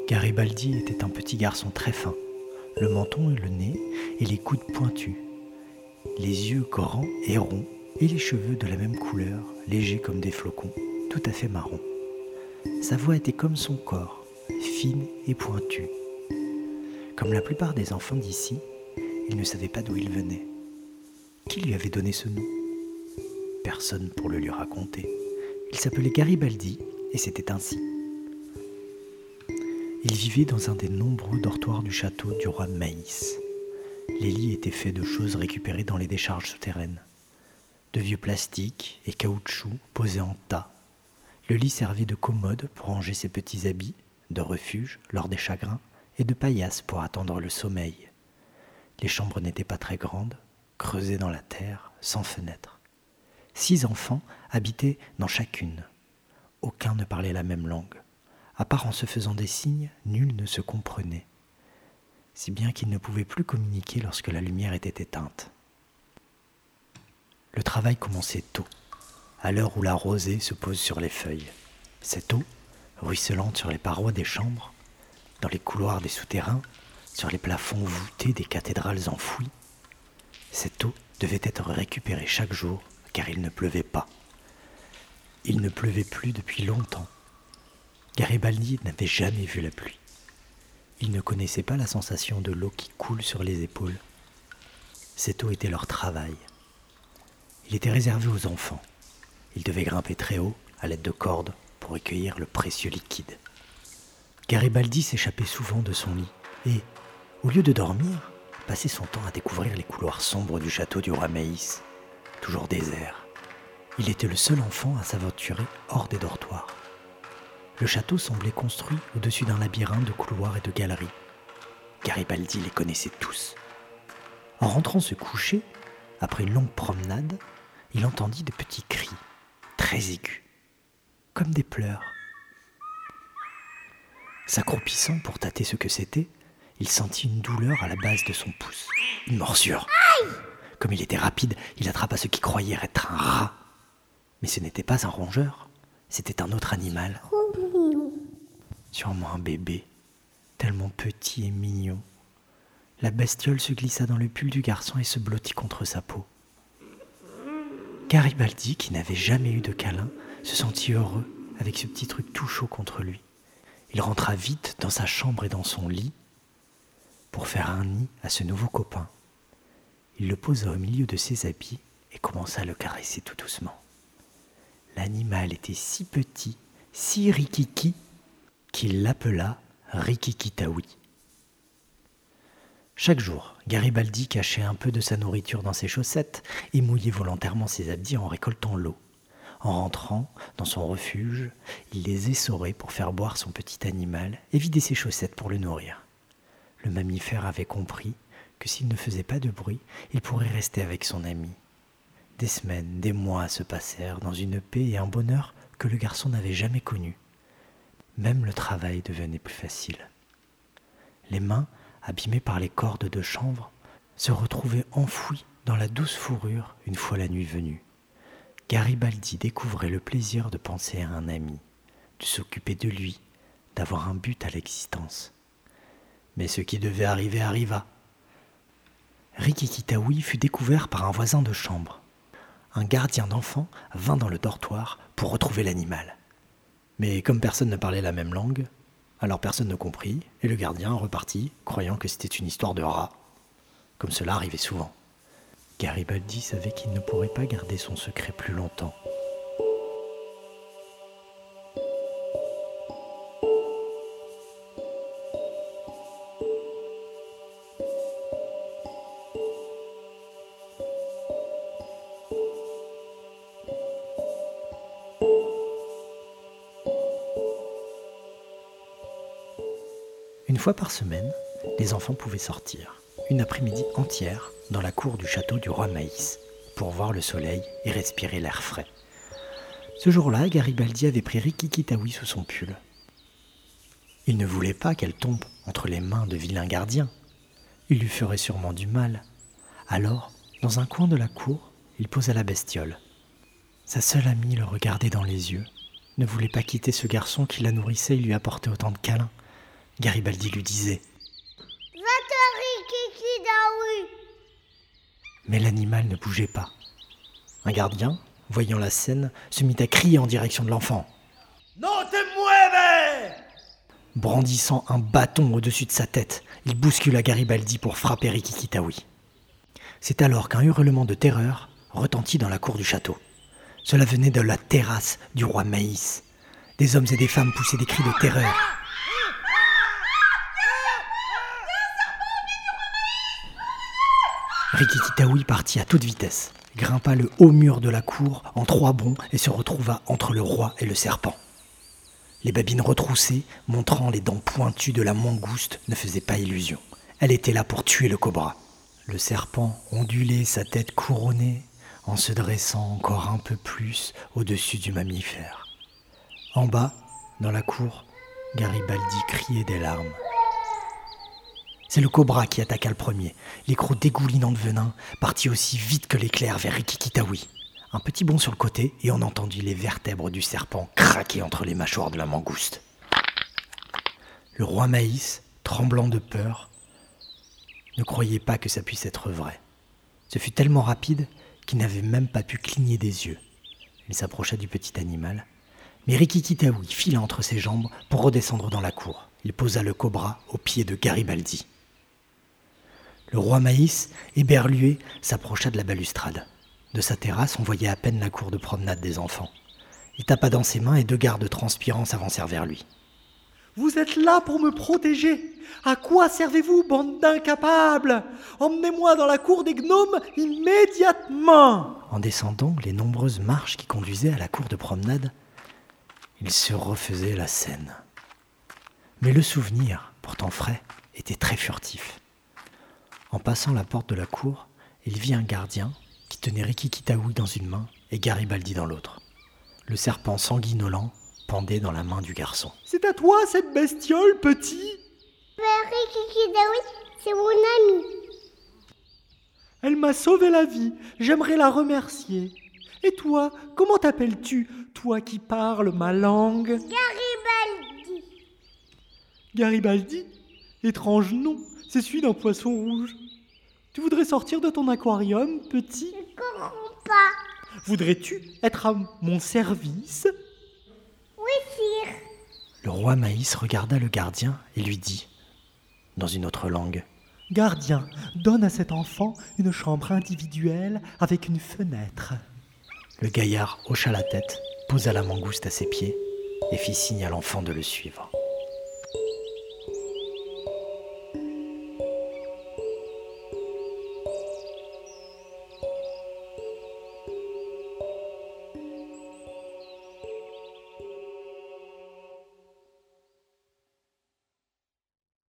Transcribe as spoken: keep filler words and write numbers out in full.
Garibaldi était un petit garçon très fin, le menton et le nez et les coudes pointus, les yeux grands et ronds et les cheveux de la même couleur, légers comme des flocons, tout à fait marrons. Sa voix était comme son corps, fine et pointue. Comme la plupart des enfants d'ici, il ne savait pas d'où il venait. Qui lui avait donné ce nom ? Personne pour le lui raconter. Il s'appelait Garibaldi et c'était ainsi. Il vivait dans un des nombreux dortoirs du château du roi Maïs. Les lits étaient faits de choses récupérées dans les décharges souterraines. De vieux plastiques et caoutchouc posés en tas. Le lit servait de commode pour ranger ses petits habits, de refuge lors des chagrins et de paillasse pour attendre le sommeil. Les chambres n'étaient pas très grandes, creusées dans la terre, sans fenêtres. Six enfants habitaient dans chacune. Aucun ne parlait la même langue. À part en se faisant des signes, nul ne se comprenait. Si bien qu'ils ne pouvaient plus communiquer lorsque la lumière était éteinte. Le travail commençait tôt, à l'heure où la rosée se pose sur les feuilles. Cette eau, ruisselante sur les parois des chambres, dans les couloirs des souterrains, sur les plafonds voûtés des cathédrales enfouies, cette eau devait être récupérée chaque jour car il ne pleuvait pas. Il ne pleuvait plus depuis longtemps. Garibaldi n'avait jamais vu la pluie. Il ne connaissait pas la sensation de l'eau qui coule sur les épaules. Cette eau était leur travail. Il était réservé aux enfants. Ils devaient grimper très haut, à l'aide de cordes, pour recueillir le précieux liquide. Garibaldi s'échappait souvent de son lit et, au lieu de dormir, passait son temps à découvrir les couloirs sombres du château du roi Maïs, toujours désert. Il était le seul enfant à s'aventurer hors des dortoirs. Le château semblait construit au-dessus d'un labyrinthe de couloirs et de galeries. Garibaldi les connaissait tous. En rentrant se coucher, après une longue promenade, il entendit de petits cris, très aigus, comme des pleurs. S'accroupissant pour tâter ce que c'était, il sentit une douleur à la base de son pouce, une morsure. Comme il était rapide, il attrapa ce qu'il croyait être un rat. Mais ce n'était pas un rongeur, c'était un autre animal. Sûrement un bébé, tellement petit et mignon. La bestiole se glissa dans le pull du garçon et se blottit contre sa peau. Garibaldi, qui n'avait jamais eu de câlin, se sentit heureux avec ce petit truc tout chaud contre lui. Il rentra vite dans sa chambre et dans son lit pour faire un nid à ce nouveau copain. Il le posa au milieu de ses habits et commença à le caresser tout doucement. L'animal était si petit, si rikiki, qu'il l'appela Rikiki-Taoui. Chaque jour, Garibaldi cachait un peu de sa nourriture dans ses chaussettes et mouillait volontairement ses habits en récoltant l'eau. En rentrant dans son refuge, il les essorait pour faire boire son petit animal et vider ses chaussettes pour le nourrir. Le mammifère avait compris que s'il ne faisait pas de bruit, il pourrait rester avec son ami. Des semaines, des mois se passèrent dans une paix et un bonheur que le garçon n'avait jamais connu. Même le travail devenait plus facile. Les mains, abîmées par les cordes de chanvre, se retrouvaient enfouies dans la douce fourrure une fois la nuit venue. Garibaldi découvrait le plaisir de penser à un ami, de s'occuper de lui, d'avoir un but à l'existence. Mais ce qui devait arriver arriva. Rikiki-Taoui fut découvert par un voisin de chambre. Un gardien d'enfants vint dans le dortoir pour retrouver l'animal. Mais comme personne ne parlait la même langue, alors personne ne comprit, et le gardien repartit, croyant que c'était une histoire de rat. Comme cela arrivait souvent. Garibaldi savait qu'il ne pourrait pas garder son secret plus longtemps. Une fois par semaine, les enfants pouvaient sortir, une après-midi entière, dans la cour du château du roi Maïs, pour voir le soleil et respirer l'air frais. Ce jour-là, Garibaldi avait pris Rikiki-Taoui sous son pull. Il ne voulait pas qu'elle tombe entre les mains de vilains gardiens. Il lui ferait sûrement du mal. Alors, dans un coin de la cour, il posa la bestiole. Sa seule amie le regardait dans les yeux, ne voulait pas quitter ce garçon qui la nourrissait et lui apportait autant de câlins. Garibaldi lui disait. Va-t'en, Rikikidaoui. Mais l'animal ne bougeait pas. Un gardien, voyant la scène, se mit à crier en direction de l'enfant. Non te mueve! Brandissant un bâton au-dessus de sa tête, il bouscula Garibaldi pour frapper Rikiki-Taoui. C'est alors qu'un hurlement de terreur retentit dans la cour du château. Cela venait de la terrasse du roi Maïs. Des hommes et des femmes poussaient des cris de terreur. Rikiki-Taoui partit à toute vitesse, grimpa le haut mur de la cour en trois bonds et se retrouva entre le roi et le serpent. Les babines retroussées, montrant les dents pointues de la mangouste, ne faisaient pas illusion. Elle était là pour tuer le cobra. Le serpent ondulait sa tête couronnée en se dressant encore un peu plus au-dessus du mammifère. En bas, dans la cour, Garibaldi criait des larmes. C'est le cobra qui attaqua le premier, l'écrou dégoulinant de venin, partit aussi vite que l'éclair vers Rikiki-Taoui. Un petit bond sur le côté et on entendit les vertèbres du serpent craquer entre les mâchoires de la mangouste. Le roi Maïs, tremblant de peur, ne croyait pas que ça puisse être vrai. Ce fut tellement rapide qu'il n'avait même pas pu cligner des yeux. Il s'approcha du petit animal, mais Rikiki-Taoui fila entre ses jambes pour redescendre dans la cour. Il posa le cobra au pied de Garibaldi. Le roi Maïs, éberlué, s'approcha de la balustrade. De sa terrasse, on voyait à peine la cour de promenade des enfants. Il tapa dans ses mains et deux gardes transpirants s'avancèrent vers lui. « Vous êtes là pour me protéger. À quoi servez-vous, bande d'incapables? Emmenez-moi dans la cour des gnomes immédiatement !» En descendant les nombreuses marches qui conduisaient à la cour de promenade, il se refaisait la scène. Mais le souvenir, pourtant frais, était très furtif. En passant la porte de la cour, il vit un gardien qui tenait Rikiki-Taoui dans une main et Garibaldi dans l'autre. Le serpent sanguinolent pendait dans la main du garçon. « C'est à toi cette bestiole, petit ?» Mais Rikikidaoui, c'est mon ami. Elle m'a sauvé la vie, j'aimerais la remercier. Et toi, comment t'appelles-tu, toi qui parles ma langue? Garibaldi. Garibaldi? Étrange nom, c'est celui d'un poisson rouge. Tu voudrais sortir de ton aquarium, petit? Je ne comprends pas. Voudrais-tu être à mon service? Oui, sire. Le roi Maïs regarda le gardien et lui dit, dans une autre langue, « Gardien, donne à cet enfant une chambre individuelle avec une fenêtre. » Le gaillard hocha la tête, posa la mangouste à ses pieds et fit signe à l'enfant de le suivre.